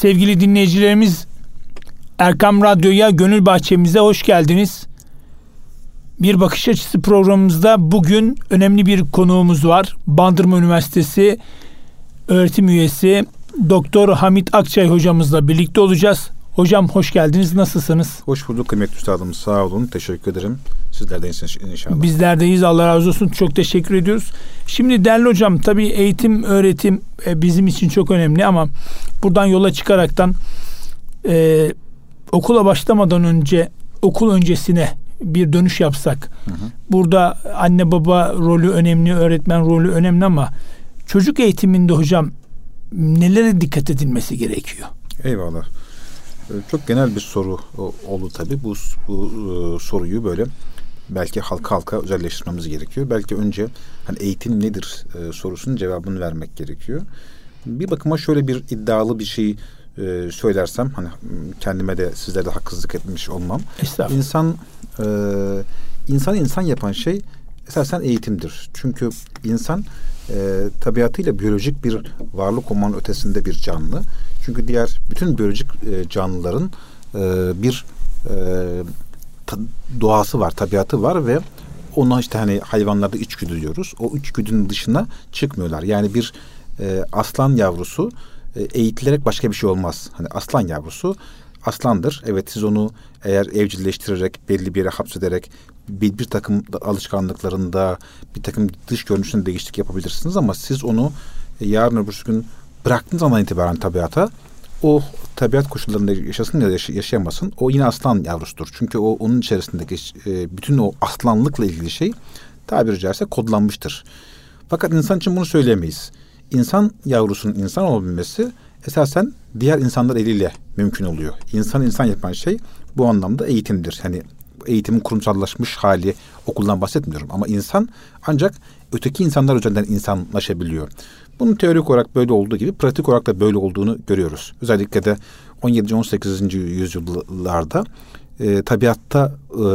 Sevgili dinleyicilerimiz, Erkam Radyo'ya, Gönül Bahçemize hoş geldiniz. Bir Bakış Açısı programımızda bugün önemli bir konuğumuz var. Bandırma Üniversitesi öğretim üyesi Doktor Hamit Akçay hocamızla birlikte olacağız. Hocam hoş geldiniz. Nasılsınız? Hoş bulduk kıymetli üstadımız. Sağ olun. Teşekkür ederim. Sizler de iyisiniz inşallah. Bizler deyiz. Allah razı olsun. Çok teşekkür ediyoruz. Şimdi değerli hocam, tabii eğitim, öğretim bizim için çok önemli ama buradan yola çıkaraktan okula başlamadan önce, okul öncesine bir dönüş yapsak. Burada anne baba rolü önemli, öğretmen rolü önemli ama çocuk eğitiminde hocam nelere dikkat edilmesi gerekiyor? Eyvallah. Çok genel bir soru oldu tabii. Bu soruyu böyle belki halka özelleştirmemiz gerekiyor. Belki önce hani eğitim nedir sorusunun cevabını vermek gerekiyor. Bir bakıma şöyle bir iddialı bir şey söylersem, hani kendime de sizlere de haksızlık etmiş olmam. İnsan yapan şey esasen eğitimdir. Çünkü insan tabiatıyla biyolojik bir varlık olmanın ötesinde bir canlı. Çünkü diğer bütün biyolojik canlıların bir doğası var, tabiatı var ve ona işte hani hayvanlarda içgüdü diyoruz. O içgüdünün dışına çıkmıyorlar. Yani bir aslan yavrusu eğitilerek başka bir şey olmaz. Hani aslan yavrusu aslandır. Evet, siz onu eğer evcilleştirerek, belli bir yere hapsederek bir takım alışkanlıklarında, bir takım dış görünüşünde değişiklik yapabilirsiniz ama siz onu yarın öbür gün bıraktığınız zaman itibaren tabiata, o tabiat koşullarında yaşasın ya da yaşayamasın, o yine aslan yavrusudur. Çünkü onun içerisindeki bütün o aslanlıkla ilgili şey tabiri caizse kodlanmıştır. Fakat insan için bunu söyleyemeyiz. İnsan yavrusunun insan olabilmesi esasen diğer insanlar eliyle mümkün oluyor. İnsan yapan şey bu anlamda eğitimdir. Hani eğitimin kurumsallaşmış hali, okuldan bahsetmiyorum ama insan ancak öteki insanlar üzerinden insanlaşabiliyor. Bunun teorik olarak böyle olduğu gibi pratik olarak da böyle olduğunu görüyoruz. Özellikle de 17. 18. yüzyıllarda tabiatta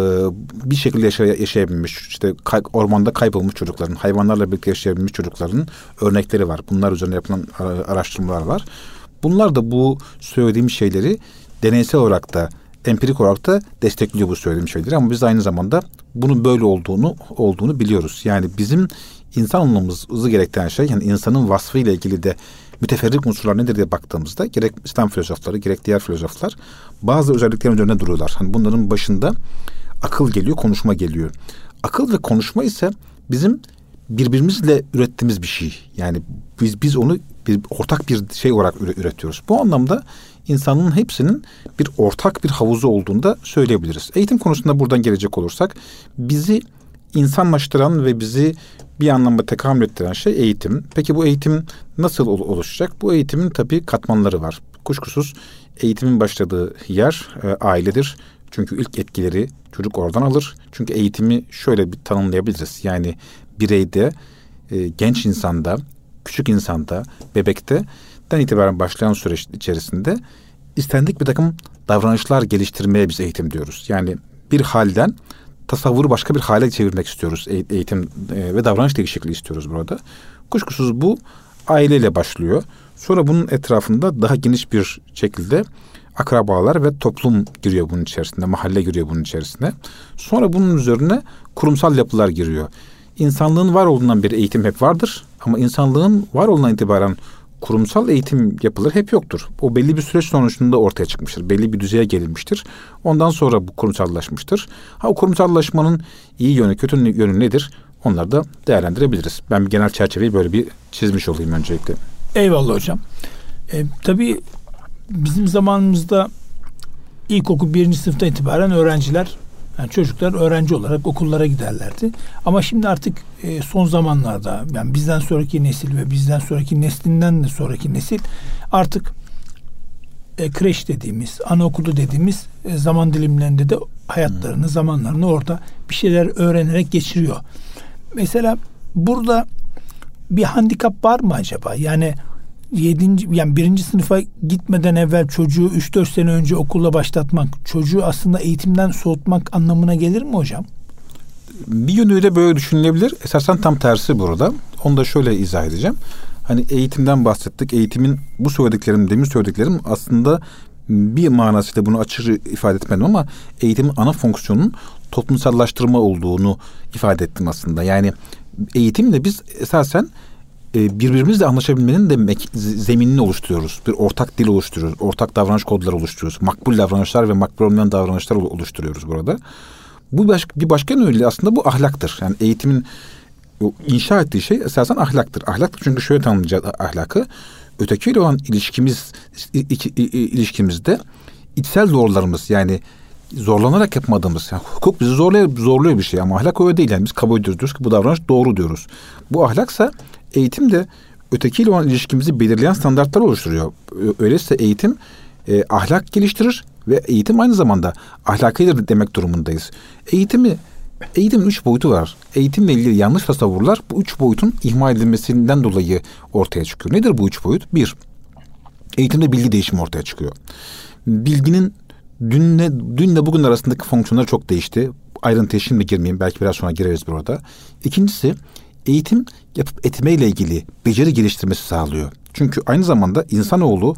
bir şekilde yaşayabilmiş, işte ormanda kaybolmuş çocukların, hayvanlarla birlikte yaşayabilmiş çocukların örnekleri var. Bunlar üzerine yapılan araştırmalar var. Bunlar da bu söylediğim şeyleri deneysel olarak da, empirik olarak da destekliyor bu söylediğim şeyleri. Ama biz aynı zamanda bunun böyle olduğunu biliyoruz. Yani bizim insan olmamızı gerektiren şey, yani insanın vasfıyla ilgili de müteferrik unsurlar nedir diye baktığımızda gerek İslam filozofları gerek diğer filozoflar bazı özelliklerin üzerine duruyorlar. Hani bunların başında akıl geliyor, konuşma geliyor. Akıl ve konuşma ise bizim birbirimizle ürettiğimiz bir şey. Yani biz onu ortak bir şey olarak üretiyoruz. Bu anlamda insanın hepsinin bir ortak bir havuzu olduğunu da söyleyebiliriz. Eğitim konusunda buradan gelecek olursak, bizi insanlaştıran ve bizi bir anlamda tekamül ettiren şey eğitim. Peki bu eğitim nasıl oluşacak? Bu eğitimin tabii katmanları var. Kuşkusuz eğitimin başladığı yer ailedir. Çünkü ilk etkileri çocuk oradan alır. Çünkü eğitimi şöyle bir tanımlayabiliriz. Yani bireyde, genç insanda, küçük insanda, bebekte itibaren başlayan süreç içerisinde istendik bir takım davranışlar geliştirmeye biz eğitim diyoruz. Yani bir halden tasavvuru başka bir hale çevirmek istiyoruz. Eğitim ve davranış değişikliği istiyoruz burada. Kuşkusuz bu aileyle başlıyor. Sonra bunun etrafında daha geniş bir şekilde akrabalar ve toplum giriyor bunun içerisinde, mahalle giriyor bunun içerisine. Sonra bunun üzerine kurumsal yapılar giriyor. İnsanlığın var olduğundan beri eğitim hep vardır ama insanlığın var olduğundan itibaren kurumsal eğitim yapıları hep yoktur. O belli bir süreç sonucunda ortaya çıkmıştır. Belli bir düzeye gelinmiştir. Ondan sonra bu kurumsallaşmıştır. O kurumsallaşmanın iyi yönü, kötü yönü nedir? Onları da değerlendirebiliriz. Ben bir genel çerçeveyi böyle bir çizmiş olayım öncelikle. Eyvallah hocam. Tabii bizim zamanımızda ilkokul 1. sınıftan itibaren öğrenciler, yani çocuklar öğrenci olarak okullara giderlerdi. Ama şimdi artık son zamanlarda, yani bizden sonraki nesil ve bizden sonraki neslinden de sonraki nesil artık kreş dediğimiz, anaokulu dediğimiz zaman dilimlerinde de hayatlarını, zamanlarını orada bir şeyler öğrenerek geçiriyor. Mesela burada bir handikap var mı acaba? Yani 1. sınıfa gitmeden evvel çocuğu 3-4 sene önce okula başlatmak, çocuğu aslında eğitimden soğutmak anlamına gelir mi hocam? Bir yönüyle böyle düşünülebilir. Esasen tam tersi burada. Onu da şöyle izah edeceğim. hani eğitimden bahsettik. Eğitimin bu demin söylediklerim aslında bir manasıyla bunu açık ifade etmedim ama eğitimin ana fonksiyonunun toplumsallaştırma olduğunu ifade ettim aslında. Yani eğitimle biz esasen birbirimizle anlaşabilmenin de zeminini oluşturuyoruz. Bir ortak dil oluşturuyoruz. Ortak davranış kodları oluşturuyoruz. Makbul davranışlar ve makbul olmayan davranışlar oluşturuyoruz burada. Bu bir başka yönüyle aslında bu ahlaktır. Yani eğitimin inşa ettiği şey esasen ahlaktır. Ahlak çünkü şöyle tanımlayacağız ahlakı. Ötekiyle olan ilişkimizde içsel doğrularımız, yani zorlanarak yapmadığımız, yani hukuk bizi zorluyor bir şey ama ahlak öyle değil. Yani biz kabul ediyoruz ki bu davranış doğru diyoruz. Bu ahlaksa eğitim de ötekiyle olan ilişkimizi belirleyen standartlar oluşturuyor. Öyleyse eğitim ahlak geliştirir ve eğitim aynı zamanda ahlakidir demek durumundayız. Eğitimin 3 boyutu var. Eğitimle ilgili yanlış tasavvurlar bu 3 boyutun ihmal edilmesinden dolayı ortaya çıkıyor. Nedir bu 3 boyut? 1. Eğitimde bilgi değişimi ortaya çıkıyor. Bilginin dünle bugün arasındaki fonksiyonları çok değişti. Ayrıntıya şimdi girmeyeyim. Belki biraz sonra gireriz burada. İkincisi, eğitim yapıp etmeyle ilgili beceri geliştirmesi sağlıyor. Çünkü aynı zamanda insanoğlu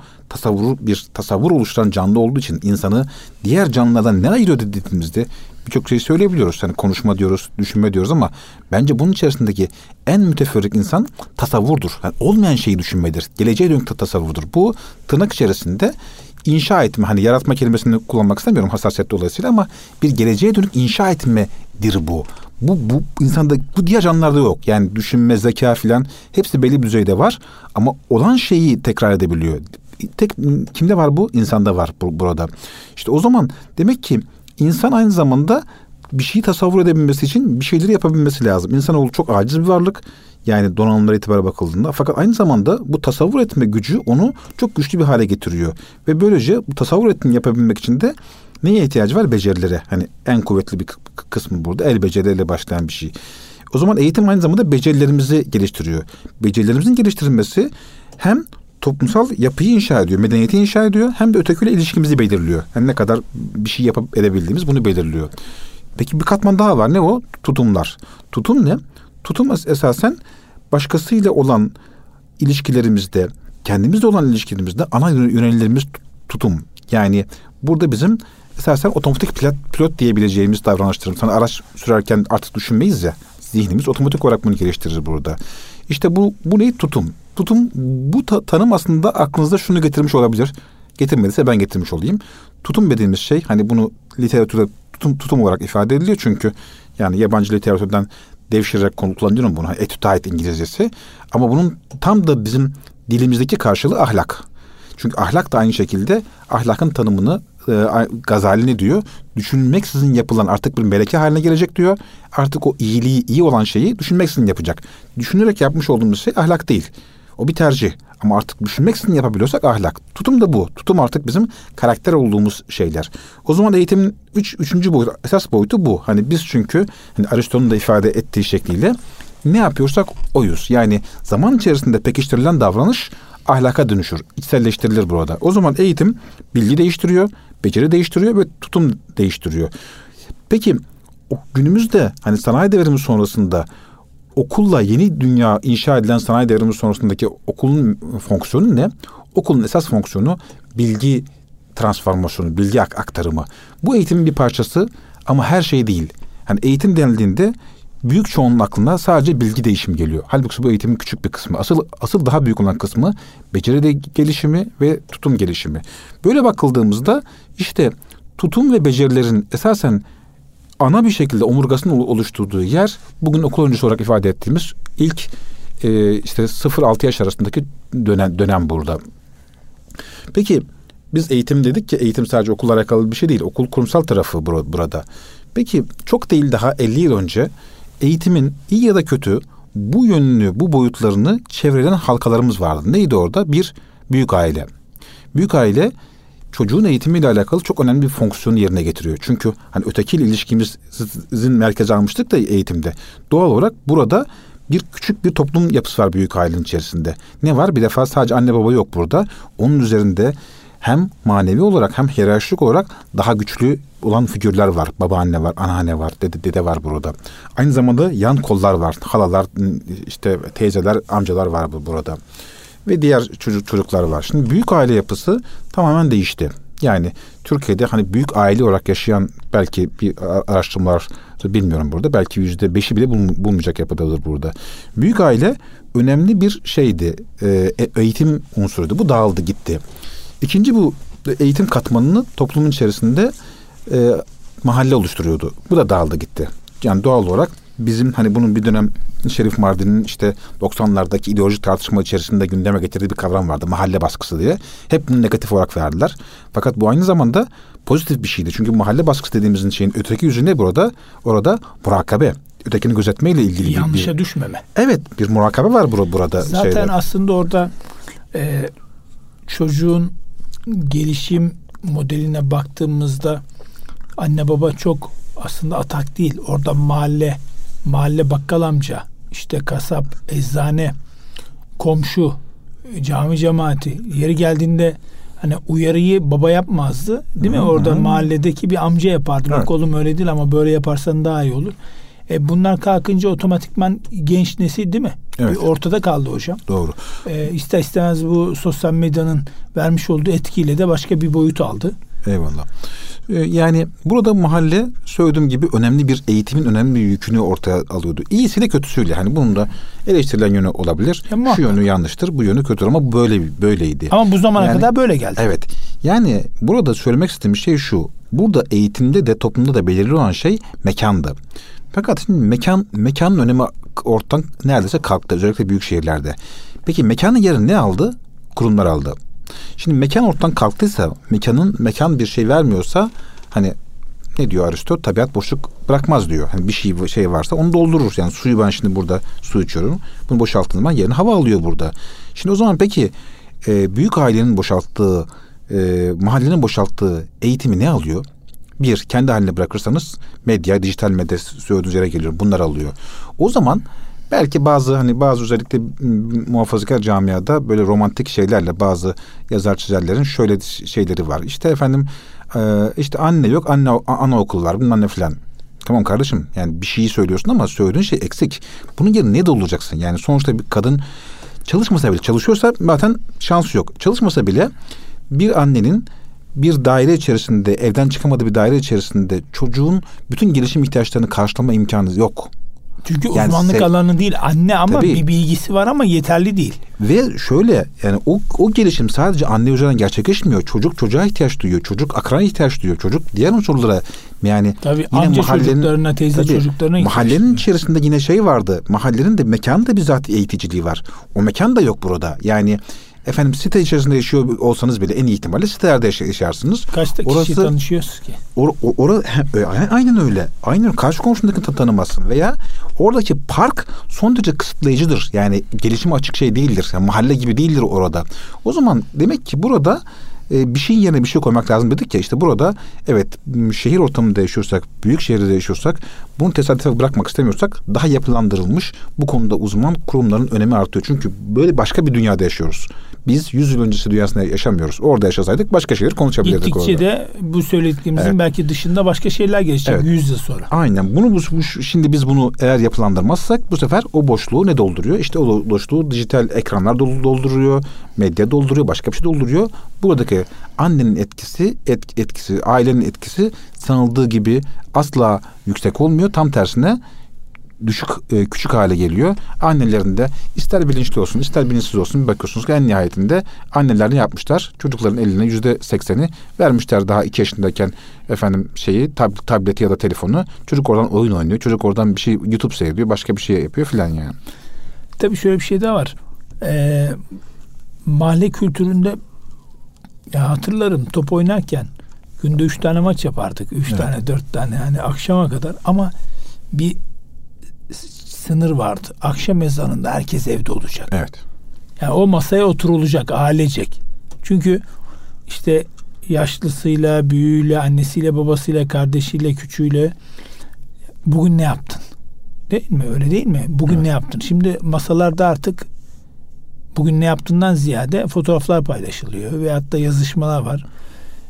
tasavvur oluşturan canlı olduğu için insanı diğer canlılardan ne ayırıyor dediğimizde birçok şey söyleyebiliyoruz. Hani konuşma diyoruz, düşünme diyoruz ama bence bunun içerisindeki en müteferrik insan tasavvurdur. Yani olmayan şeyi düşünmedir. Geleceğe dönük tasavvurdur. Bu tırnak içerisinde inşa etme, hani yaratma kelimesini kullanmak istemiyorum hassasiyet dolayısıyla ama bir geleceğe dönük inşa etmedir bu. Bu insanda, bu diğer canlılarda yok. Yani düşünme, zeka filan hepsi belli bir düzeyde var ama olan şeyi tekrar edebiliyor. Tek kimde var bu? İnsanda var burada. İşte o zaman demek ki insan aynı zamanda bir şeyi tasavvur edebilmesi için bir şeyleri yapabilmesi lazım. İnsanoğlu çok aciz bir varlık. Yani donanımlara itibara bakıldığında. Fakat aynı zamanda bu tasavvur etme gücü onu çok güçlü bir hale getiriyor. Ve böylece bu tasavvur etmeyi yapabilmek için de neye ihtiyacı var? Becerilere. Hani en kuvvetli bir kısmı burada. El becerileriyle başlayan bir şey. O zaman eğitim aynı zamanda becerilerimizi geliştiriyor. Becerilerimizin geliştirilmesi hem toplumsal yapıyı inşa ediyor, medeniyeti inşa ediyor, hem de ötekiyle ilişkimizi belirliyor. Yani ne kadar bir şey yapıp edebildiğimiz bunu belirliyor. Peki bir katman daha var. Ne o? Tutumlar. Tutum ne? Tutum esasen başkasıyla olan ilişkilerimizde, kendimizle olan ilişkilerimizde ana yönelilerimiz tutum. Yani burada bizim esasen otomatik pilot diyebileceğimiz davranışlarımız. Hani araç sürerken artık düşünmeyiz ya, zihnimiz otomatik olarak bunu geliştirir burada. İşte bu ne? Tutum. Tutum, bu tanım aslında aklınızda şunu getirmiş olabilir. Getirmediyse ben getirmiş olayım. Tutum dediğimiz şey, hani bunu literatürde tutum olarak ifade ediliyor çünkü yani yabancı literatürden devşirerek kullanıyorum bunu. Attitude İngilizcesi. Ama bunun tam da bizim dilimizdeki karşılığı ahlak. Çünkü ahlak da aynı şekilde ahlakın tanımını Gazali ne diyor? Düşünmeksizin yapılan artık bir meleke haline gelecek diyor. Artık o iyi olan şeyi düşünmeksizin yapacak. Düşünerek yapmış olduğumuz şey ahlak değil. O bir tercih. Ama artık düşünmeksizin yapabiliyorsak ahlak. Tutum da bu. Tutum artık bizim karakter olduğumuz şeyler. O zaman eğitimin üçüncü boyutu, esas boyutu bu. Hani biz çünkü hani Aristo'nun da ifade ettiği şekliyle ne yapıyorsak oyuz. Yani zaman içerisinde pekiştirilen davranış ahlaka dönüşür. İçselleştirilir burada. O zaman eğitim bilgi değiştiriyor, beceri değiştiriyor ve tutum değiştiriyor. Peki günümüzde hani sanayi devrimi sonrasında okulla yeni dünya inşa edilen sanayi devrimi sonrasındaki okulun fonksiyonu ne? Okulun esas fonksiyonu bilgi transformasyonu, bilgi aktarımı. Bu eğitimin bir parçası ama her şey değil. Hani eğitim denildiğinde büyük çoğunluğun aklına sadece bilgi değişimi geliyor. Halbuki bu eğitimin küçük bir kısmı. Asıl daha büyük olan kısmı beceri gelişimi ve tutum gelişimi. Böyle bakıldığımızda işte tutum ve becerilerin esasen ana bir şekilde omurgasının oluşturduğu yer bugün okul öncesi olarak ifade ettiğimiz ilk işte 0-6 yaş arasındaki dönem burada. Peki biz eğitim dedik ki eğitim sadece okulla alakalı bir şey değil. Okul kurumsal tarafı burada. Peki çok değil daha 50 yıl önce eğitimin iyi ya da kötü bu yönünü, bu boyutlarını çevreleyen halkalarımız vardı. Neydi orada? Bir, büyük aile. Büyük aile çocuğun eğitimiyle alakalı çok önemli bir fonksiyonu yerine getiriyor. Çünkü hani ötekiyle ilişkimizin merkeze almıştık da eğitimde. Doğal olarak burada küçük bir toplum yapısı var büyük ailenin içerisinde. Ne var? Bir defa sadece anne baba yok burada. Onun üzerinde hem manevi olarak hem hiyerarşik olarak daha güçlü olan figürler var. Babaanne var, anneanne var, dede var burada. Aynı zamanda yan kollar var. Halalar, işte teyzeler, amcalar var burada. Ve diğer çocuklar var. Şimdi büyük aile yapısı tamamen değişti. Yani Türkiye'de hani büyük aile olarak yaşayan, belki bir araştırmalar bilmiyorum burada, belki %5'i bile bulmayacak yapıdadır burada. Büyük aile önemli bir şeydi. Eğitim unsuruydu. Bu dağıldı gitti. İkinci, bu eğitim katmanını toplumun içerisinde mahalle oluşturuyordu. Bu da dağıldı gitti. Yani doğal olarak bizim hani bunun bir dönem Şerif Mardin'in işte 90'lardaki ideolojik tartışma içerisinde gündeme getirdiği bir kavram vardı. Mahalle baskısı diye. Hep bunu negatif olarak verdiler. Fakat bu aynı zamanda pozitif bir şeydi. Çünkü mahalle baskısı dediğimizin şeyin öteki yüzü ne burada? Orada murakabe. Ötekini gözetmeyle ilgili yanlışa düşmeme. Evet, bir murakabe var burada. Zaten aslında orada çocuğun gelişim modeline baktığımızda anne baba çok aslında atak değil. Orada mahalle bakkal amca, işte kasap, eczane, komşu, cami cemaati, yeri geldiğinde hani uyarıyı baba yapmazdı, değil mi? Orada mahalledeki bir amca yapardı. Evet. Bak oğlum öyle değil ama böyle yaparsan daha iyi olur. Bunlar kalkınca otomatikman genç nesil, değil mi? Evet. Ortada kaldı hocam. Doğru. İster istemez bu sosyal medyanın vermiş olduğu etkiyle de başka bir boyut aldı. Eyvallah. Yani burada mahalle söylediğim gibi önemli bir eğitimin önemli bir yükünü ortaya alıyordu. İyisiyle kötüsüyle, hani bunun da eleştirilen yönü olabilir. Şu yönü yanlıştır, bu yönü kötüdür ama böyleydi. Ama bu zamana kadar böyle geldi. Evet. Yani burada söylemek istediğim şey şu. Burada eğitimde de toplumda da belirli olan şey mekandı. Fakat şimdi mekanın önemi ortadan neredeyse kalktı, özellikle büyük şehirlerde. Peki mekanın yerini ne aldı? Kurumlar aldı. Şimdi mekan ortadan kalktıysa, mekan bir şey vermiyorsa, hani ne diyor Aristo? Tabiat boşluk bırakmaz diyor. Hani bir şey varsa onu doldurur. Yani suyu, ben şimdi burada su içiyorum. Bunu boşalttığım zaman yerine hava alıyor burada. Şimdi o zaman peki büyük ailenin boşalttığı, mahallenin boşalttığı eğitimi ne alıyor? Bir, kendi haline bırakırsanız medya, dijital medya, söylediğiniz yere geliyor. Bunlar alıyor. O zaman belki bazı özellikle muhafazakar camiada böyle romantik şeylerle bazı yazar çizerlerin şöyle şeyleri var. İşte efendim işte anne yok, anaokul var, bilmem ne filan. Tamam kardeşim, yani bir şeyi söylüyorsun ama söylediğin şey eksik. Bunun yerine ne dolduracaksın? Yani sonuçta bir kadın çalışmasa bile, çalışıyorsa zaten şansı yok. Çalışmasa bile bir annenin bir daire içerisinde, evden çıkamadığı bir daire içerisinde çocuğun bütün gelişim ihtiyaçlarını karşılama imkanı yok. Çünkü yani uzmanlık alanı değil anne, ama tabii, bir bilgisi var ama yeterli değil. Ve şöyle, yani o gelişim sadece anne üzerinden gerçekleşmiyor. Çocuk çocuğa ihtiyaç duyuyor. Çocuk akrana ihtiyaç duyuyor. Çocuk diğer unsurlara, yani tabii amca çocuklarına, teyze çocuklarına mahallenin içerisinde yine şey vardı. Mahallenin de mekanı da bizzat eğiticiliği var. O mekan da yok burada. Yani efendim site içerisinde yaşıyor olsanız bile en iyi ihtimalle sitelerde yaşarsınız. Kaçta kişi tanışıyoruz ki? Aynen öyle. Aynen, karşı komşundakini tanımazsın. Veya oradaki park son derece kısıtlayıcıdır. Yani gelişime açık şey değildir. Yani mahalle gibi değildir orada. O zaman demek ki burada bir şeyin yerine bir şey koymak lazım dedik ya, işte burada evet, şehir ortamında yaşıyorsak, büyük şehirde yaşıyorsak, bunu tesadüfe bırakmak istemiyorsak daha yapılandırılmış, bu konuda uzman kurumların önemi artıyor. Çünkü böyle başka bir dünyada yaşıyoruz. Biz 100 yıl öncesi dünyasında yaşamıyoruz. Orada yaşasaydık başka şeyler konuşabilirdik. Gittikçe orada de bu söylediğimizin belki dışında başka şeyler gelişecek 100 yıl sonra. Aynen. Şimdi biz bunu eğer yapılandırmazsak bu sefer o boşluğu ne dolduruyor? İşte o boşluğu dijital ekranlar dolduruyor, medya dolduruyor, başka bir şey dolduruyor. Buradaki annenin etkisi, ailenin etkisi sanıldığı gibi asla yüksek olmuyor. Tam tersine küçük hale geliyor. Annelerin de ister bilinçli olsun, ister bilinçsiz olsun, bakıyorsunuz ki en nihayetinde anneler ne yapmışlar? Çocukların eline %80'i vermişler daha 2 yaşındayken efendim tableti ya da telefonu. Çocuk oradan oyun oynuyor. Çocuk oradan bir şey YouTube seyrediyor, başka bir şey yapıyor filan yani. Tabii şöyle bir şey de var. Mahalle kültüründe ya hatırlarım, top oynarken günde 3 tane maç yapardık. 3 tane, 4 tane, hani akşama kadar, ama bir sınır vardı. Akşam ezanında herkes evde olacak. Evet. Yani o masaya oturulacak, ailecek. Çünkü işte yaşlısıyla, büyüğüyle, annesiyle, babasıyla, kardeşiyle, küçüğüyle bugün ne yaptın? Değil mi? Öyle değil mi? Bugün ne yaptın? Şimdi masalarda artık bugün ne yaptığından ziyade fotoğraflar paylaşılıyor veyahut da yazışmalar var.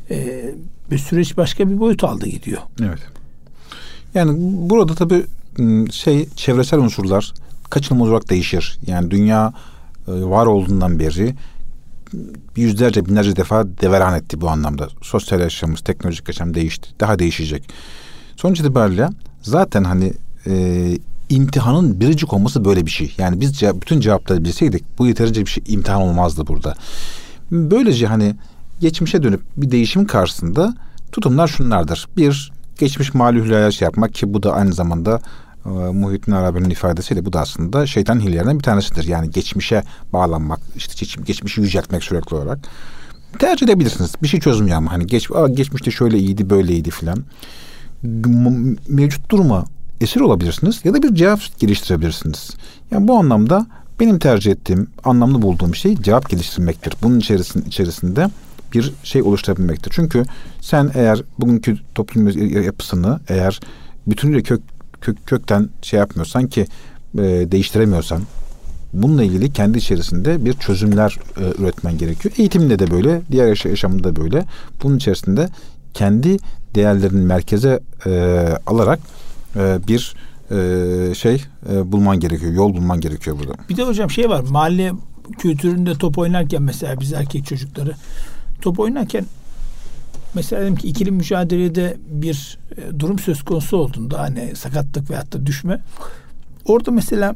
bir süreç başka bir boyut aldı gidiyor. Evet. Yani burada tabii çevresel unsurlar kaçınılmaz olarak değişir. Yani dünya var olduğundan beri yüzlerce binlerce defa deveran etti bu anlamda. Sosyal yaşamımız, teknolojik yaşam değişti. Daha değişecek. Sonuç itibariyle zaten hani imtihanın biricik olması böyle bir şey. Yani biz bütün cevapları bilseydik bu yeterince bir şey, imtihan olmazdı burada. Böylece hani geçmişe dönüp bir değişim karşısında tutumlar şunlardır. Bir, geçmiş malum hülyaya yapmak ki bu da aynı zamanda Muhyiddin Arabi'nin ifadesiyle bu da aslında şeytan hilyelerinden bir tanesidir. Yani geçmişe bağlanmak, işte geçmişi yüceltmek sürekli olarak. Tercih edebilirsiniz. Bir şey çözmüyor ama hani geçmişte şöyle iyiydi, böyleydi filan. Mevcut duruma esir olabilirsiniz ya da bir cevap geliştirebilirsiniz. Yani bu anlamda benim tercih ettiğim, anlamlı bulduğum şey cevap geliştirmektir. Bunun içerisinde bir şey oluşturabilmektir. Çünkü sen eğer bugünkü toplum yapısını eğer bütünüyle kökten şey yapmıyorsan ki değiştiremiyorsan bununla ilgili kendi içerisinde bir çözümler üretmen gerekiyor. Eğitimde de böyle, diğer yaşamında da böyle. Bunun içerisinde kendi değerlerini merkeze alarak bir bulman gerekiyor. Yol bulman gerekiyor burada. Bir de hocam var. Mahalle kültüründe top oynarken mesela biz erkek çocukları top oynarken mesela diyelim ki ikili mücadelede bir durum söz konusu olduğunda hani sakatlık veyahut da düşme. Orada mesela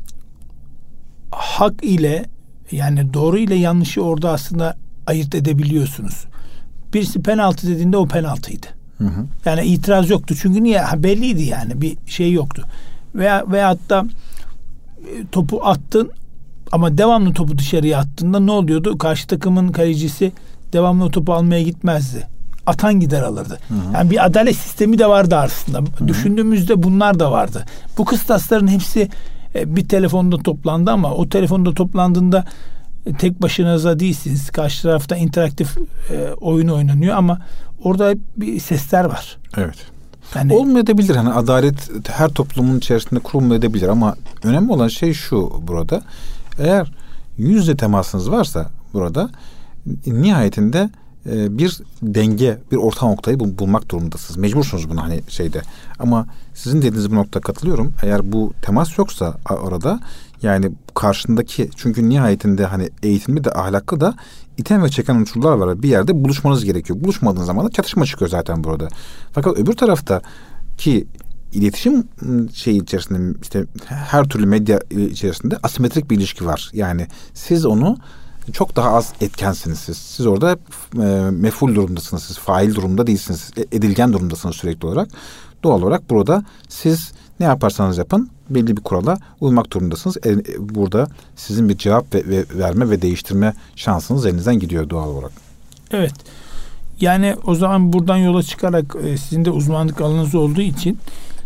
hak ile yani doğru ile yanlışı orada aslında ayırt edebiliyorsunuz. Birisi penaltı dediğinde o penaltıydı. Hı hı. Yani itiraz yoktu. Çünkü niye? Belliydi yani. Bir şey yoktu. Veyahut da topu attın ama devamlı topu dışarıya attığında ne oluyordu? Karşı takımın kalecisi devamlı o topu almaya gitmezdi. Atan gider alırdı. Hı hı. Yani bir adalet sistemi de vardı aslında. Hı hı. Düşündüğümüzde bunlar da vardı. Bu kıstasların hepsi bir telefonda toplandı ama o telefonda toplandığında tek başınıza değilsiniz. Karşı tarafta interaktif oyun oynanıyor ama orada bir sesler var. Evet. Yani, olmayabilir. Hani adalet her toplumun içerisinde kurulmayabilir ama önemli olan şey şu burada. Eğer yüz yüze temasınız varsa burada nihayetinde bir denge, bir orta noktayı bulmak durumundasınız. Mecbursunuz buna hani şeyde. Ama sizin dediğiniz bu noktada katılıyorum. Eğer bu temas yoksa orada yani karşındaki çünkü nihayetinde hani eğitimli de ahlaklı da iten ve çeken unsurlar var. Bir yerde buluşmanız gerekiyor. Buluşmadığınız zaman da çatışma çıkıyor zaten burada. Fakat öbür tarafta ki iletişim içerisinde işte her türlü medya içerisinde asimetrik bir ilişki var. Yani siz onu çok daha az etkensiniz siz. Siz orada mef'ul durumdasınız. Siz fail durumda değilsiniz. Edilgen durumdasınız sürekli olarak. Doğal olarak burada siz ne yaparsanız yapın belli bir kurala uymak durumundasınız. Burada sizin bir cevap verme ve değiştirme şansınız elinizden gidiyor doğal olarak. Evet. Yani o zaman buradan yola çıkarak sizin de uzmanlık alanınız olduğu için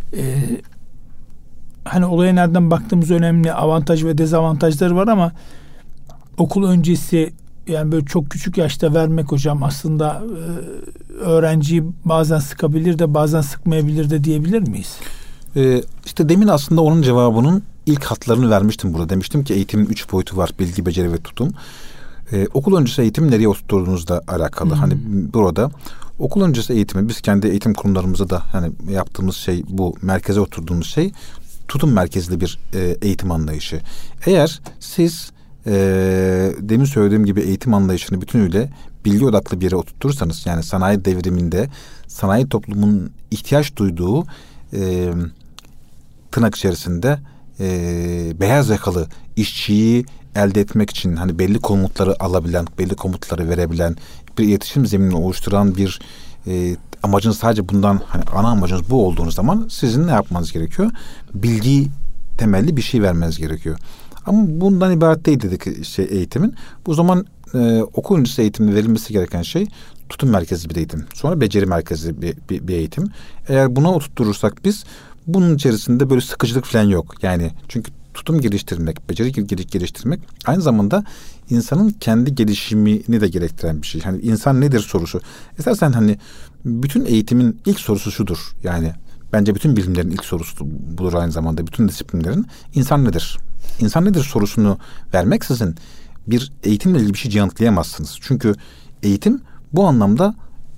hani olaya nereden baktığımız önemli. Avantaj ve dezavantajları var ama okul öncesi yani böyle çok küçük yaşta vermek hocam aslında öğrenciyi bazen sıkabilir de bazen sıkmayabilir de diyebilir miyiz? İşte demin aslında onun cevabının ilk hatlarını vermiştim burada. Demiştim ki eğitimin 3 boyutu var. Bilgi, beceri ve tutum. Okul öncesi eğitimi nereye oturttuğunuzla alakalı. Hmm. Hani burada okul öncesi eğitimi biz kendi eğitim kurumlarımızda da hani yaptığımız şey bu merkeze oturduğumuz şey tutum merkezli bir eğitim anlayışı. Eğer siz demin söylediğim gibi eğitim anlayışını bütünüyle bilgi odaklı bir yere oturtursanız yani sanayi devriminde sanayi toplumunun ihtiyaç duyduğu tırnak içerisinde beyaz yakalı işçiyi elde etmek için hani belli komutları alabilen, belli komutları verebilen bir iletişim zeminini oluşturan bir amacınız sadece bundan hani ana amacınız bu olduğunuz zaman sizin ne yapmanız gerekiyor? Bilgi temelli bir şey vermeniz gerekiyor. Ama bundan ibaret değil dedik eğitimin. Bu zaman okul öncesi eğitimde verilmesi gereken şey tutum merkezli bir eğitim. Sonra beceri merkezli bir eğitim. Eğer buna oturturursak biz bunun içerisinde böyle sıkıcılık falan yok. Yani çünkü tutum geliştirmek, beceri geliştirmek aynı zamanda insanın kendi gelişimini de gerektiren bir şey. Hani insan nedir sorusu. Esasen hani bütün eğitimin ilk sorusu şudur. Yani bence bütün bilimlerin ilk sorusu budur aynı zamanda. Bütün disiplinlerin insan nedir? İnsan nedir sorusunu vermeksizin bir eğitimle ilgili bir şey yanıtlayamazsınız. Çünkü eğitim bu anlamda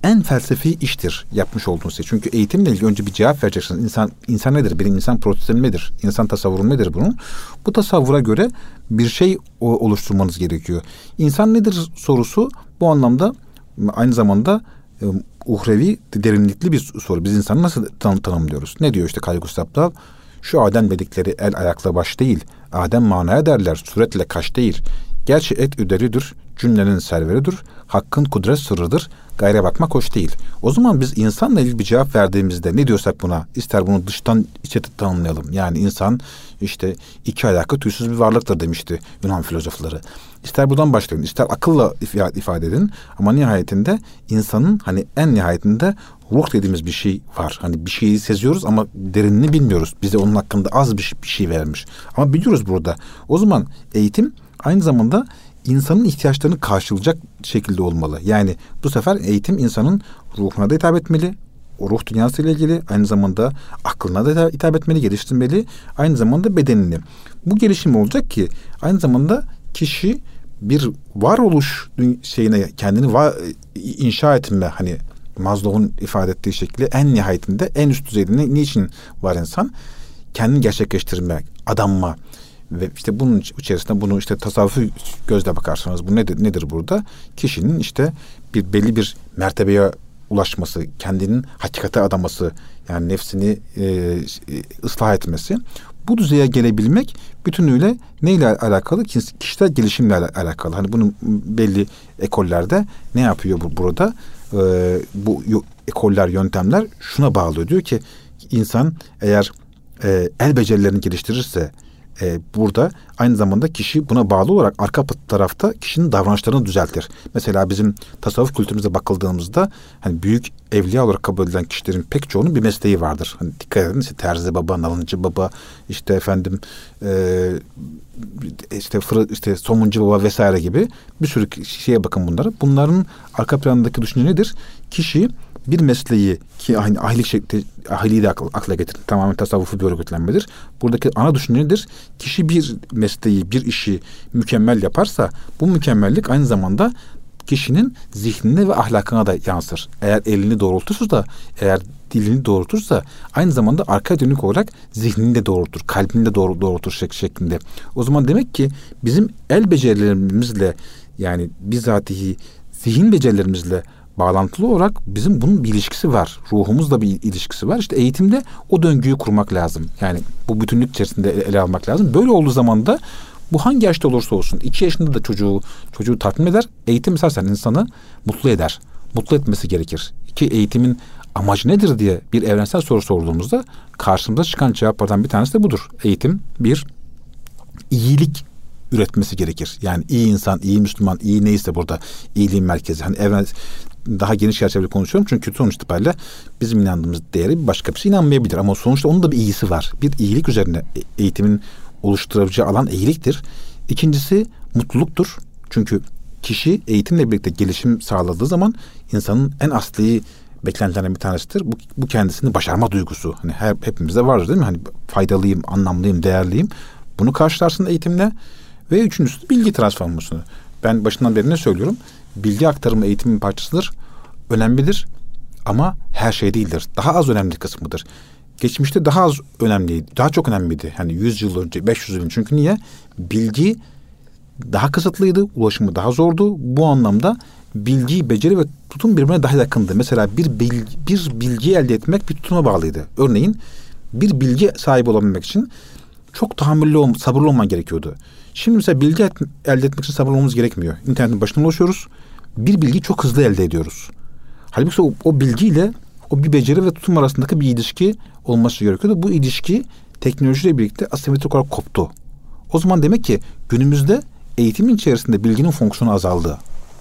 en felsefi iştir yapmış olduğunuz şey. Çünkü eğitimle ilgili önce bir cevap vereceksiniz. İnsan nedir? Bir insan prototip'i nedir? İnsan tasavvuru nedir bunun? Bu tasavvura göre bir şey oluşturmanız gerekiyor. İnsan nedir sorusu bu anlamda aynı zamanda uhrevi, derinlikli bir soru. Biz insanı nasıl tanımlıyoruz? Ne diyor işte Kaygus Aptal? Şu Adem dedikleri el ayakla baş değil. Adem manaya derler, suretle kaş değil. Gerçi et üderidir, cümlenin serveridir. Hakkın kudret sırrıdır. Gayre bakmak hoş değil. O zaman biz insanla ilgili bir cevap verdiğimizde ne diyorsak buna, ister bunu dıştan içe tanımlayalım. Yani insan işte iki ayaklı tüysüz bir varlıktır demişti Yunan filozofları. İster buradan başlayın, ister akılla ifade edin. Ama nihayetinde insanın hani en nihayetinde ruh dediğimiz bir şey var. Hani bir şeyi seziyoruz ama derinini bilmiyoruz. Bize onun hakkında az bir şey verilmiş. Ama biliyoruz burada. O zaman eğitim aynı zamanda insanın ihtiyaçlarını karşılayacak şekilde olmalı. Yani bu sefer eğitim insanın ruhuna da hitap etmeli. O ruh dünyasıyla ilgili aynı zamanda aklına da hitap etmeli, geliştirmeli. Aynı zamanda bedenini. Bu gelişim olacak ki aynı zamanda kişi bir varoluş şeyine kendini inşa etme, hani Maslow'un ifade ettiği şekilde en nihayetinde en üst düzeyde niçin var insan? Kendini gerçekleştirme, adanma. Ve işte bunun içerisinde bunu işte tasavvufi gözle bakarsanız bu nedir burada? Kişinin işte belli bir mertebeye ulaşması, kendinin hakikate adaması, yani nefsini ıslah etmesi. Bu düzeye gelebilmek bütünüyle neyle alakalı? Kişisel gelişimle alakalı. Hani bunun belli ekollerde ne yapıyor burada? Bu ekoller, yöntemler şuna bağlı. Diyor ki insan eğer el becerilerini geliştirirse burada aynı zamanda kişi buna bağlı olarak arka tarafta kişinin davranışlarını düzeltir. Mesela bizim tasavvuf kültürümüze bakıldığımızda hani büyük evliya olarak kabul edilen kişilerin pek çoğunun bir mesleği vardır. Hani dikkat edin, işte terzi baba, nalıncı baba, işte efendim işte somuncu baba vesaire gibi bir sürü şeye bakın bunlara. Bunların arka planındaki düşünce nedir? Kişi bir mesleği ki aynı ahiliği de akla getirin. Tamamen tasavvufu bir örgütlenmedir. Buradaki ana düşünce nedir? Kişi bir mesleği, bir işi mükemmel yaparsa bu mükemmellik aynı zamanda kişinin zihnine ve ahlakına da yansır. Eğer elini doğrultursa, eğer dilini doğrultursa aynı zamanda arka dönük olarak zihnini de doğrultur, kalbini de doğrultur şeklinde. O zaman demek ki bizim el becerilerimizle, yani bizatihi zihin becerilerimizle bağlantılı olarak bizim bunun bir ilişkisi var. Ruhumuzla bir ilişkisi var. İşte eğitimde o döngüyü kurmak lazım. Yani bu bütünlük içerisinde ele almak lazım. Böyle olduğu zaman da bu hangi yaşta olursa olsun 2 yaşında da çocuğu tatmin eder. Eğitim esasen insanı mutlu eder. Mutlu etmesi gerekir. Ki eğitimin amacı nedir diye bir evrensel soru sorduğumuzda karşımıza çıkan cevaplardan bir tanesi de budur. Eğitim bir iyilik üretmesi gerekir. Yani iyi insan, iyi Müslüman, iyi neyse burada iyiliğin merkezi. Hani evren daha geniş çerçevede konuşuyorum çünkü sonuç itibariyle bizim inandığımız değeri bir başka bir şey inanmayabilir ama sonuçta onun da bir iyisi var. Bir iyilik üzerine eğitimin oluşturacağı alan iyiliktir. İkincisi mutluluktur. Çünkü kişi eğitimle birlikte gelişim sağladığı zaman insanın en asli beklentilerinden bir tanesidir. Bu kendisini başarma duygusu. Hani hepimizde vardır değil mi? Hani faydalıyım, anlamlıyım, değerliyim. Bunu karşılarsın eğitimle. Ve üçüncüsü bilgi transformasyonu. Ben başından beri ne söylüyorum? Bilgi aktarımı eğitimin parçasıdır. Önemlidir ama her şey değildir. Daha az önemli kısmıdır. Geçmişte daha az önemliydi. Daha çok önemliydi. Hani 100 yıl önce, 500 yıl önce. Çünkü niye? Bilgi daha kısıtlıydı. Ulaşımı daha zordu. Bu anlamda bilgi, beceri ve tutum birbirine daha yakındı. Mesela bir bilgi elde etmek bir tutuma bağlıydı. Örneğin bir bilgi sahibi olabilmek için çok tahammüllü, sabırlı olman gerekiyordu. Şimdi mesela bilgi elde etmek için sabırlı olmamız gerekmiyor. İnternetin başına ulaşıyoruz. Bir bilgiyi çok hızlı elde ediyoruz. Halbuki o bilgiyle o bir beceri ve tutum arasındaki bir ilişki olması gerekiyordu. Bu ilişki teknolojiyle birlikte asimetrik olarak koptu. O zaman demek ki günümüzde eğitimin içerisinde bilginin fonksiyonu azaldı.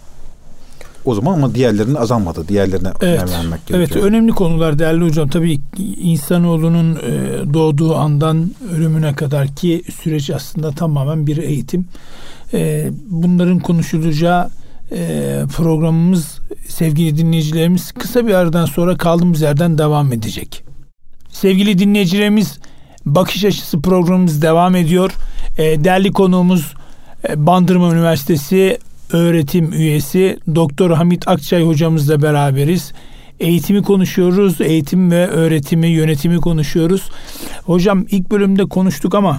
O zaman ama diğerlerinin azalmadı. Diğerlerine önem vermek gerekiyor. Evet, önemli konular değerli hocam. Tabii insanoğlunun doğduğu andan ölümüne kadar ki süreç aslında tamamen bir eğitim. Bunların konuşulacağı programımız, sevgili dinleyicilerimiz, kısa bir aradan sonra kaldığımız yerden devam edecek. Sevgili dinleyicilerimiz, Bakış Açısı programımız devam ediyor. Değerli konuğumuz Bandırma Üniversitesi öğretim üyesi Doktor Hamit Akçay hocamızla beraberiz. Eğitimi konuşuyoruz. Eğitim ve öğretimi, yönetimi konuşuyoruz. Hocam ilk bölümde konuştuk ama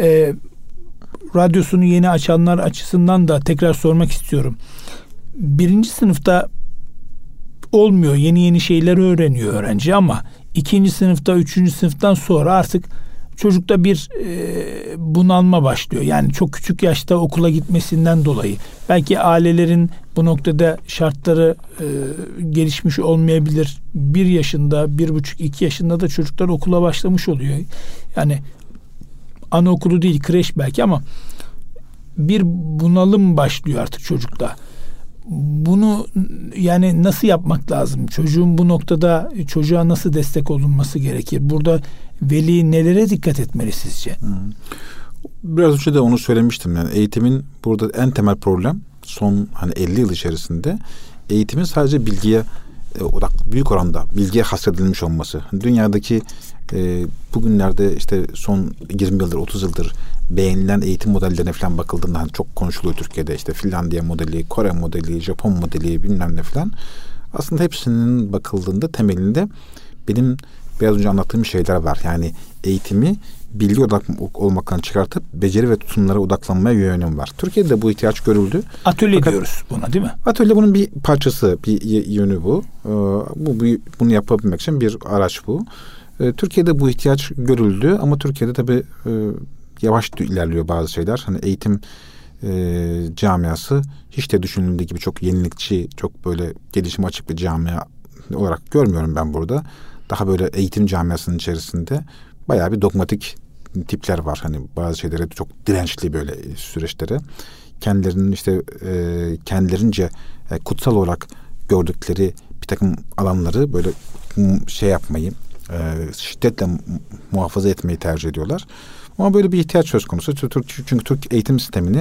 radyosunu yeni açanlar açısından da tekrar sormak istiyorum. 1. sınıfta olmuyor. Yeni şeyler öğreniyor öğrenci ama 2. sınıfta, 3. sınıftan sonra artık çocukta bir bunalma başlıyor. Yani çok küçük yaşta okula gitmesinden dolayı. Belki ailelerin bu noktada şartları gelişmiş olmayabilir. 1 yaşında, 1,5-2 yaşında da çocuklar okula başlamış oluyor. Yani anaokulu değil, kreş belki ama bir bunalım başlıyor artık çocukta. Bunu yani nasıl yapmak lazım? Çocuğun bu noktada çocuğa nasıl destek olunması gerekir? Burada veli nelere dikkat etmeli sizce? Biraz önce de onu söylemiştim. Yani eğitimin burada en temel problem son 50 yıl içerisinde eğitimin sadece bilgiye büyük oranda bilgiye hasredilmiş olması. Dünyadaki bugünlerde işte son 20 yıldır 30 yıldır beğenilen eğitim modellerine falan bakıldığında çok konuşuluyor Türkiye'de. İşte Finlandiya modeli, Kore modeli, Japon modeli bilmem ne falan. Aslında hepsinin bakıldığında temelinde benim biraz önce anlattığım şeyler var. Yani eğitimi bilgi olmaktan çıkartıp beceri ve tutumlara odaklanmaya yönelim var. Türkiye'de bu ihtiyaç görüldü. Atölye diyoruz buna, değil mi? Atölye bunun bir parçası, bir yönü bu. Bunu yapabilmek için bir araç bu. Türkiye'de bu ihtiyaç görüldü ama Türkiye'de tabii yavaş ilerliyor bazı şeyler. Eğitim camiası hiç de düşünüldüğü gibi çok yenilikçi, çok böyle gelişime açık bir camia olarak görmüyorum ben burada. Daha böyle eğitim camiasının içerisinde bayağı bir dogmatik tipler var. Bazı şeylere çok dirençli böyle süreçlere. Kendilerinin kendilerince kutsal olarak gördükleri bir takım alanları böyle yapmayı, şiddetle muhafaza etmeyi tercih ediyorlar. Ama böyle bir ihtiyaç söz konusu. Çünkü Türk eğitim sistemini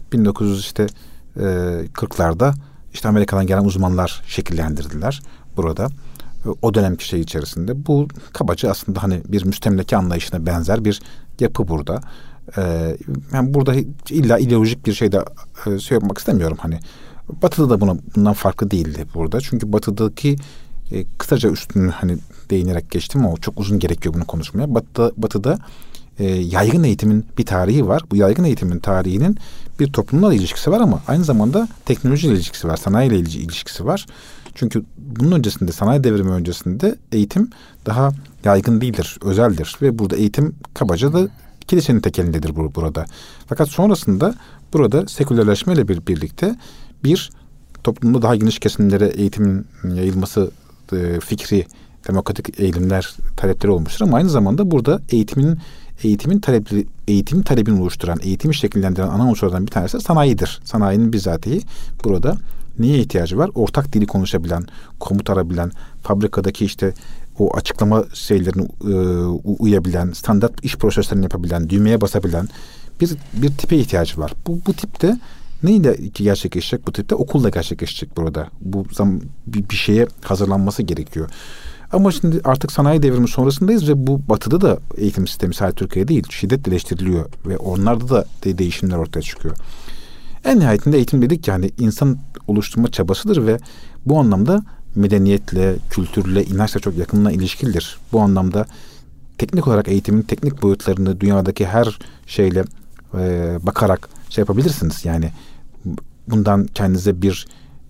1940'larda Amerika'dan gelen uzmanlar şekillendirdiler burada. O dönemki şey içerisinde. Bu kabaca aslında bir müstemleke anlayışına benzer bir yapı burada. Yani burada illa ideolojik bir şey de yapmak istemiyorum. Batı'da da bundan farklı değildi burada. Çünkü Batı'daki kısaca üstünü değinerek geçtim ama çok uzun gerekiyor bunu konuşmaya. Batı'da yaygın eğitimin bir tarihi var. Bu yaygın eğitimin tarihinin bir toplumla ilişkisi var ama aynı zamanda teknolojiyle ilişkisi var, sanayiyle ilişkisi var. Çünkü bunun öncesinde, sanayi devrimi öncesinde eğitim daha yaygın değildir, özeldir ve burada eğitim kabaca da kilisenin tek elindedir burada. Fakat sonrasında burada sekülerleşmeyle birlikte bir toplumda daha geniş kesimlere eğitimin yayılması fikri, demokratik eğilimler, talepleri olmuştur ama aynı zamanda burada eğitim talebini oluşturan, eğitimi şekillendiren ana unsurlardan bir tanesi sanayidir. Sanayinin bizatihi burada neye ihtiyacı var? Ortak dili konuşabilen, komut arabilen, fabrikadaki o açıklama şeylerini uyabilen, standart iş proseslerini yapabilen, düğmeye basabilen bir tipe ihtiyacı var. Bu tipte neyle gerçekleşecek? Bu tipte okulla gerçekleşecek burada. Bu bir şeye hazırlanması gerekiyor. Ama şimdi artık sanayi devrimi sonrasındayız ve bu Batı'da da eğitim sistemi sadece Türkiye'de değil, şiddetle eleştiriliyor ve onlarda da değişimler ortaya çıkıyor. En nihayetinde eğitim dedik insan oluşturma çabasıdır ve bu anlamda medeniyetle, kültürle, inançla çok yakından ilişkilidir. Bu anlamda teknik olarak eğitimin teknik boyutlarını dünyadaki her şeyle bakarak yapabilirsiniz. Yani bundan kendinize bir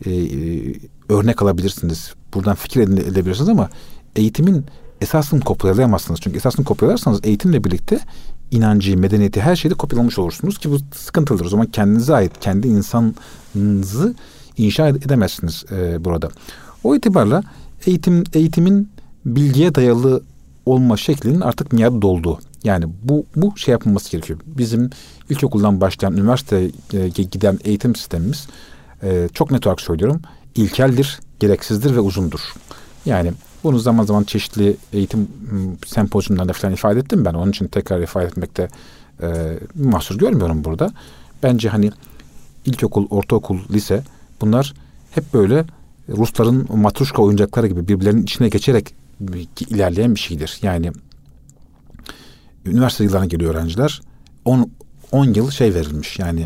örnek alabilirsiniz. Buradan fikir edebilirsiniz ama eğitimin esasını kopyalayamazsınız. Çünkü esasını kopyalarsanız eğitimle birlikte inancı, medeniyeti, her şeyi de kopyalamış olursunuz ki bu sıkıntılıdır. O zaman kendinize ait, kendi insanınızı inşa edemezsiniz burada. O itibarla eğitimin bilgiye dayalı olma şeklinin artık miadı doldu. Yani bu yapılması gerekiyor. Bizim ilkokuldan başlayan üniversiteye giden eğitim sistemimiz çok net olarak söylüyorum, ilkeldir, gereksizdir ve uzundur. Yani bunu zaman zaman çeşitli eğitim sempozyumlarında falan ifade ettim ben. Onun için tekrar ifade etmekte mahsur görmüyorum burada. Bence ilkokul, ortaokul, lise bunlar hep böyle Rusların matruşka oyuncakları gibi birbirlerinin içine geçerek ilerleyen bir şeydir. Yani üniversite yıllarına geliyor öğrenciler. 10 yıl verilmiş. Yani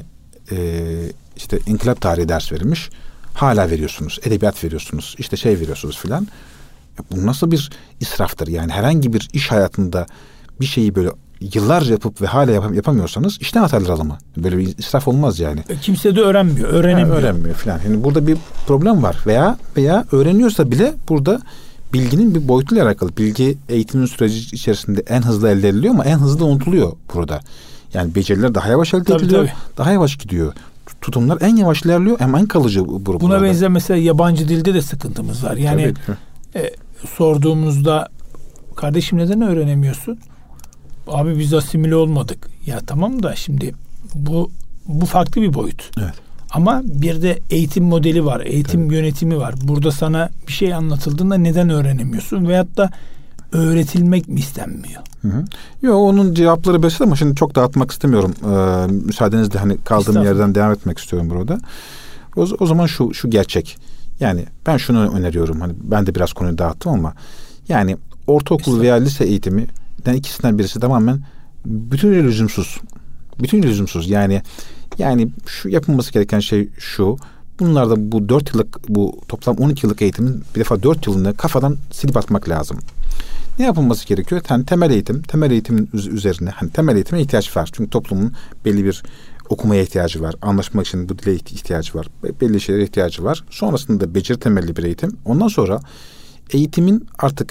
işte inkılap tarihi ders verilmiş. Hala veriyorsunuz. Edebiyat veriyorsunuz. İşte şey veriyorsunuz filan. Bu nasıl bir israftır? Yani herhangi bir iş hayatında bir şeyi böyle yıllarca yapıp ve hala yapamıyorsanız işten atarlar adamı. Böyle bir israf olmaz yani. Kimse de öğrenmiyor, öğrenemiyor. Öğrenmiyor filan. Yani burada bir problem var. Veya öğreniyorsa bile burada bilginin bir boyutuyla alakalı. Bilgi eğitimin süreci içerisinde en hızlı elde ediliyor ama en hızlı unutuluyor burada. Yani beceriler daha yavaş elde ediliyor. Tabii. Daha yavaş gidiyor. Tutumlar en yavaş ilerliyor ama en kalıcı burada. Buna benzer mesela yabancı dilde de sıkıntımız var. Yani sorduğumuzda kardeşim neden öğrenemiyorsun? Abi biz asimile olmadık. Ya tamam da şimdi bu farklı bir boyut. Evet. Ama bir de eğitim modeli var. Eğitim yönetimi var. Burada sana bir şey anlatıldığında neden öğrenemiyorsun? Veyahut da öğretilmek mi istenmiyor? Yok, onun cevapları basit ama şimdi çok dağıtmak istemiyorum. Müsaadenizle hani kaldığım yerden devam etmek istiyorum burada. O zaman şu gerçek. Yani ben şunu öneriyorum. Hani ben de biraz konuyu dağıttım ama yani ortaokul veya lise eğitimi ikisinden birisi tamamen bütünüyle lüzumsuz. Bütünüyle lüzumsuz. Yani şu yapılması gereken şey şu. Bunlar da bu 4 yıllık, bu toplam 12 yıllık eğitimin bir defa 4 yılını kafadan silip atmak lazım. Ne yapılması gerekiyor? Yani temel eğitimin üzerine, hani temel eğitime ihtiyaç var. Çünkü toplumun belli bir okumaya ihtiyacı var. Anlaşmak için bu dile ihtiyacı var. Belli şeylere ihtiyacı var. Sonrasında beceri temelli bir eğitim. Ondan sonra eğitim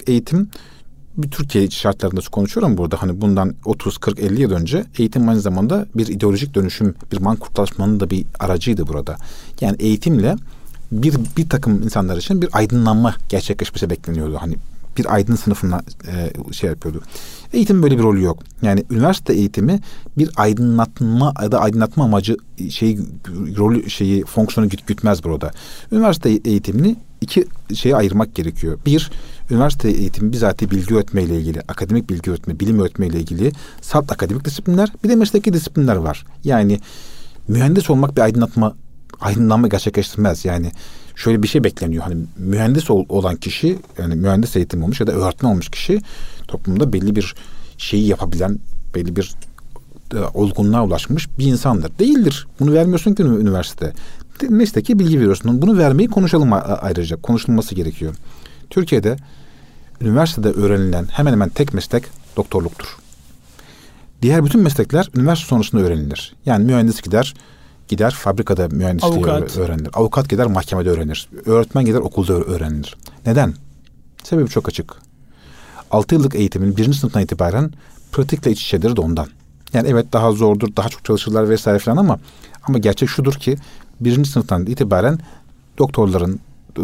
bir Türkiye şartlarında konuşuyorum burada. Hani bundan 30, 40, 50 yıl önce eğitim aynı zamanda bir ideolojik dönüşüm, bir mankurtlaşmanın da bir aracıydı burada. Yani eğitimle bir takım insanlar için bir aydınlanma gerçekleşmesi bekleniyordu. Hani bir aydın sınıfına şey yapıyordu. Eğitim böyle bir rolü yok. Yani üniversite eğitimi bir aydınlatma ya da aydınlatma amacı fonksiyonu gütmez burada. Üniversite eğitimini iki şeye ayırmak gerekiyor. Bir, üniversite eğitimi bizatihi bilgi öğretme ile ilgili, akademik bilgi öğretme, bilim öğretme ile ilgili salt akademik disiplinler, bir de mesleki disiplinler var. Yani mühendis olmak bir aydınlanma gerçekleştirmez. Yani şöyle bir şey bekleniyor. Hani mühendis olan kişi, yani mühendis eğitimi olmuş ya da öğretmen olmuş kişi toplumda belli bir şeyi yapabilen, belli bir olgunluğa ulaşmış bir insandır. Değildir. Bunu vermiyorsun ki üniversite. Mesleki bilgi veriyorsun. Bunu vermeyi konuşalım ayrıca. Konuşulması gerekiyor. Türkiye'de üniversitede öğrenilen hemen hemen tek meslek doktorluktur. Diğer bütün meslekler üniversite sonrasında öğrenilir. Yani mühendis gider fabrikada mühendisliği öğrenir. Avukat gider mahkemede öğrenir. Öğretmen gider okulda öğrenilir. Neden? Sebebi çok açık. 6 yıllık eğitimin 1. sınıftan itibaren pratikle iç içedir de ondan. Yani evet daha zordur, daha çok çalışırlar vesaire falan ama gerçek şudur ki 1. sınıftan itibaren doktorların,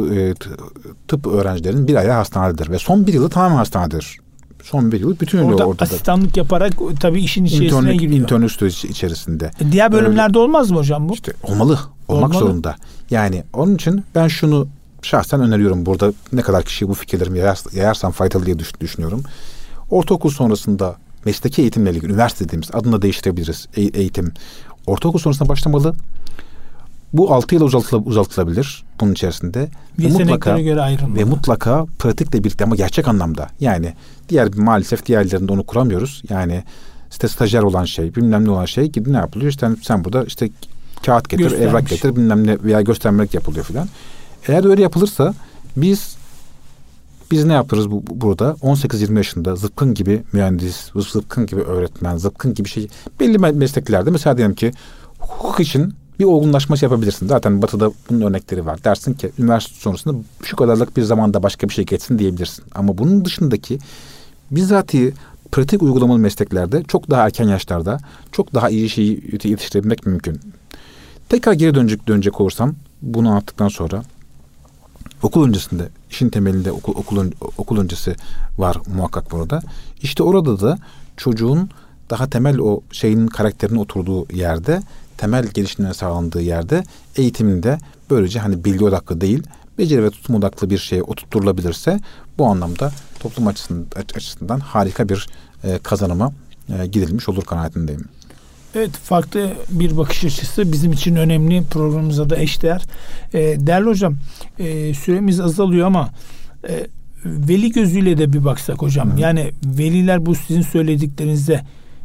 tıp öğrencilerinin bir ayağı hastanededir ve son bir yılı tamamen hastanededir. Son bir yıl bütün orada oradadır. Asistanlık yaparak tabii işin içerisine giriyor. İnternlük süreci içerisinde. Diğer bölümlerde olmaz mı hocam bu? İşte olmalı. Olmak zorunda. Yani onun için ben şunu şahsen öneriyorum. Burada ne kadar kişi bu fikirlerimi yayarsam faydalı diye düşünüyorum. Ortaokul sonrasında mesleki eğitimle ilgili, üniversite dediğimiz adını da değiştirebiliriz. Eğitim. Ortaokul sonrasında başlamalı. Bu 6 yıla uzatılabilir bunun içerisinde. Yeteneklere göre ayrılmalı. Ve mutlaka pratikle birlikte ama gerçek anlamda. Yani maalesef diğerlerinde onu kuramıyoruz. Yani işte stajyer olan şey, bilmem ne olan şey gidip ne yapılıyor? İşte sen burada işte kağıt getir, evrak getir, bilmem ne veya göstermelik yapılıyor filan. Eğer öyle yapılırsa biz ne yaparız burada? 18-20 yaşında zıpkın gibi mühendis, zıpkın gibi öğretmen, zıpkın gibi şey. Belli mesleklerde mesela diyelim ki hukuk için bir olgunlaşma yapabilirsin. Zaten Batı'da bunun örnekleri var. Dersin ki üniversite sonrasında şu kadarlık bir zamanda başka bir şey geçsin diyebilirsin. Ama bunun dışındaki bizatihi pratik uygulamalı mesleklerde çok daha erken yaşlarda çok daha iyi şeyi yetiştirebilmek mümkün. Tekrar geri dönecek olursam bunu anlattıktan sonra okul öncesinde işin temelinde okul öncesi var muhakkak burada. İşte orada da çocuğun daha temel o şeyin karakterinin oturduğu yerde, temel gelişimine sağlandığı yerde eğitiminde böylece hani bilgi odaklı değil, beceri ve tutum odaklı bir şeye oturtulabilirse bu anlamda toplum açısından harika bir kazanıma gidilmiş olur kanaatindeyim. Evet, farklı bir bakış açısı bizim için önemli, programımıza da eşdeğer. Değerli hocam, süremiz azalıyor ama veli gözüyle de bir baksak hocam. Yani veliler bu sizin söylediklerinizde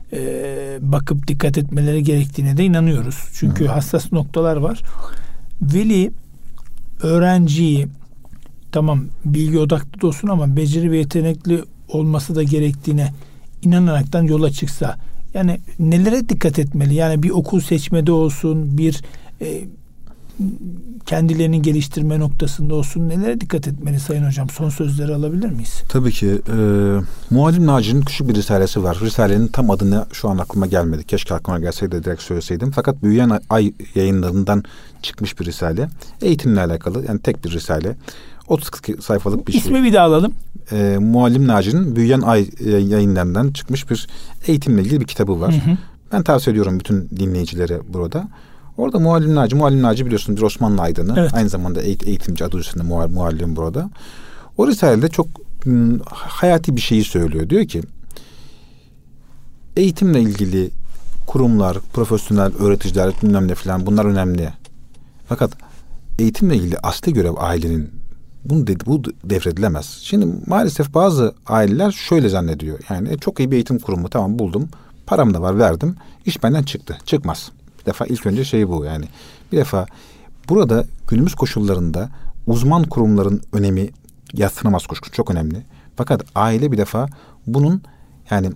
bakıp dikkat etmeleri gerektiğine de inanıyoruz. Çünkü hassas noktalar var. Veli öğrenciyi tamam bilgi odaklı da olsun ama beceri ve yetenekli olması da gerektiğine inanaraktan yola çıksa, yani nelere dikkat etmeli? Yani bir okul seçmede olsun, bir kendilerini geliştirme noktasında olsun, nelere dikkat etmeli Sayın Hocam? Son sözleri alabilir miyiz? Tabii ki. Muallim Naci'nin küçük bir risalesi var. Risalenin tam adını şu an aklıma gelmedi. Keşke aklıma gelseydi direkt söyleseydim. Fakat Büyüyen Ay yayınlarından çıkmış bir risale. Eğitimle alakalı, yani tek bir risale. 30 sayfalık bir şey. İsmi bir daha alalım. Muallim Naci'nin Büyüyen Ay yayınlarından çıkmış bir eğitimle ilgili bir kitabı var. Hı hı. Ben tavsiye ediyorum bütün dinleyicilere burada. Orada Muallim Naci biliyorsunuz bir Osmanlı aydını. Evet. Aynı zamanda eğitimci, adı üstünde muallim burada. O risalede çok hayati bir şeyi söylüyor. Diyor ki eğitimle ilgili kurumlar, profesyonel öğreticiler bilmem ne falan, bunlar önemli. Fakat eğitimle ilgili asli görev ailenin. Bu devredilemez. Şimdi maalesef bazı aileler şöyle zannediyor. Yani çok iyi bir eğitim kurumu, tamam buldum, param da var, verdim, iş benden çıktı. Çıkmaz. Bir defa ilk önce bu yani. Bir defa burada günümüz koşullarında uzman kurumların önemi yadsınamaz kuşku, çok önemli. Fakat aile bir defa bunun yani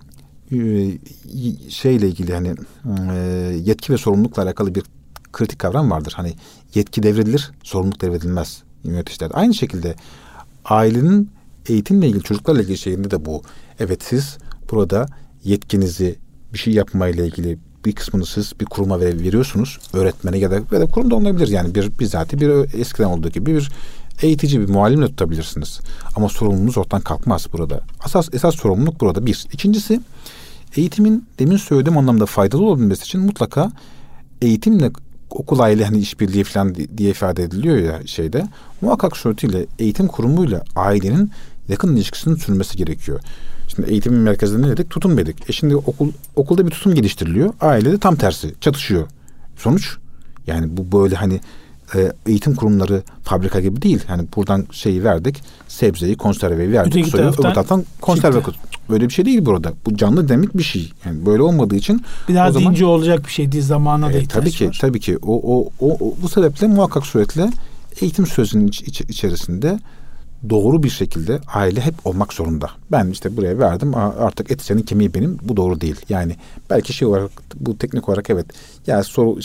şeyle ilgili, hani yetki ve sorumlulukla alakalı bir kritik kavram vardır. Hani yetki devredilir, sorumluluk devredilmez yöneticiler. Aynı şekilde ailenin eğitimle ilgili, çocuklarla ilgili şeyinde de bu. Evet, siz burada yetkinizi bir şey yapmayla ilgili bir kısmını siz bir kuruma veriyorsunuz. Öğretmene ya da kurumda olabilir. Yani bizzati bir eskiden olduğu gibi bir eğitici, bir muallimle tutabilirsiniz. Ama sorumluluğunuz ortadan kalkmaz burada. Esas sorumluluk burada bir. İkincisi, eğitimin demin söylediğim anlamda faydalı olabilmesi için mutlaka eğitimle okul aile hani işbirliği falan diye ifade ediliyor ya şeyde. Muhakkak suretiyle eğitim kurumuyla ailenin yakın ilişkisinin sürmesi gerekiyor. Şimdi eğitimin merkezinde ne dedik? Tutum dedik. Şimdi okulda bir tutum geliştiriliyor. Ailede tam tersi. Çatışıyor. Sonuç? Yani bu böyle hani eğitim kurumları fabrika gibi değil. Yani buradan şeyi verdik. Sebzeyi, konserveyi verdik. Öbür taraftan konserve kutu. Böyle bir şey değil burada. Bu canlı dinamik bir şey. Yani böyle olmadığı için bir daha dinci olacak bir şey değil. Zamana da ihtiyaç var. Tabii ki. O bu sebeple muhakkak suretle eğitim sürecinin içerisinde doğru bir şekilde aile hep olmak zorunda. Ben işte buraya verdim, artık eti senin kemiği benim. Bu doğru değil. Yani belki şey olarak, bu teknik olarak evet. Ya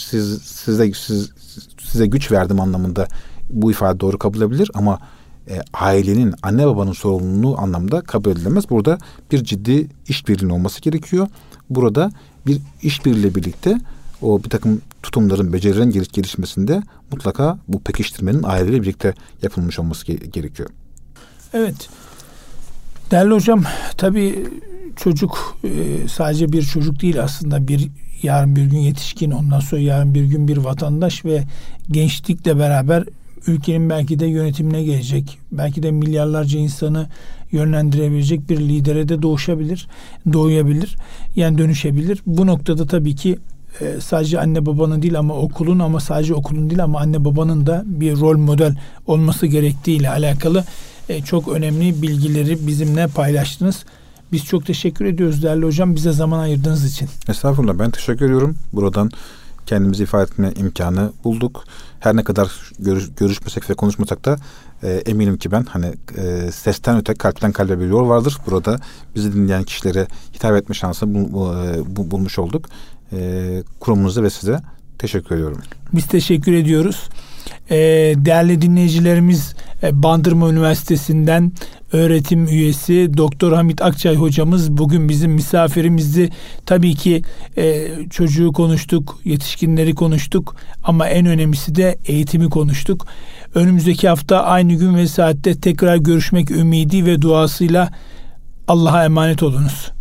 size güç verdim anlamında bu ifade doğru kabul edilebilir ama ailenin, anne babanın sorumluluğu anlamda kabul edilemez. Burada bir ciddi işbirliğinin olması gerekiyor. Burada bir işbirliğiyle birlikte o bir takım tutumların, becerilerin gelişmesinde mutlaka bu pekiştirmenin aileyle birlikte yapılmış olması gerekiyor. Evet. Değerli hocam, tabii çocuk sadece bir çocuk değil aslında, yarın bir gün yetişkin, ondan sonra yarın bir gün bir vatandaş ve gençlikle beraber ülkenin belki de yönetimine gelecek, belki de milyarlarca insanı yönlendirebilecek bir lidere de doğuyabilir, yani dönüşebilir. Bu noktada tabii ki sadece anne babanın değil ama okulun, ama sadece okulun değil ama anne babanın da bir rol model olması gerektiğiyle alakalı çok önemli bilgileri bizimle paylaştınız. Biz çok teşekkür ediyoruz değerli hocam, bize zaman ayırdığınız için. Estağfurullah, ben teşekkür ediyorum. Buradan kendimizi ifade etme imkanı bulduk. Her ne kadar görüşmesek ve konuşmasak da eminim ki ben sesten öte kalpten kalbe bir yol vardır. Burada bizi dinleyen kişilere hitap etme şansı bulmuş olduk. Kurumunuza ve size teşekkür ediyorum. Biz teşekkür ediyoruz. Değerli dinleyicilerimiz, Bandırma Üniversitesi'nden öğretim üyesi Doktor Hamit Akçay hocamız bugün bizim misafirimizdi. Tabii ki çocuğu konuştuk, yetişkinleri konuştuk ama en önemlisi de eğitimi konuştuk. Önümüzdeki hafta aynı gün ve saatte tekrar görüşmek ümidi ve duasıyla Allah'a emanet olunuz.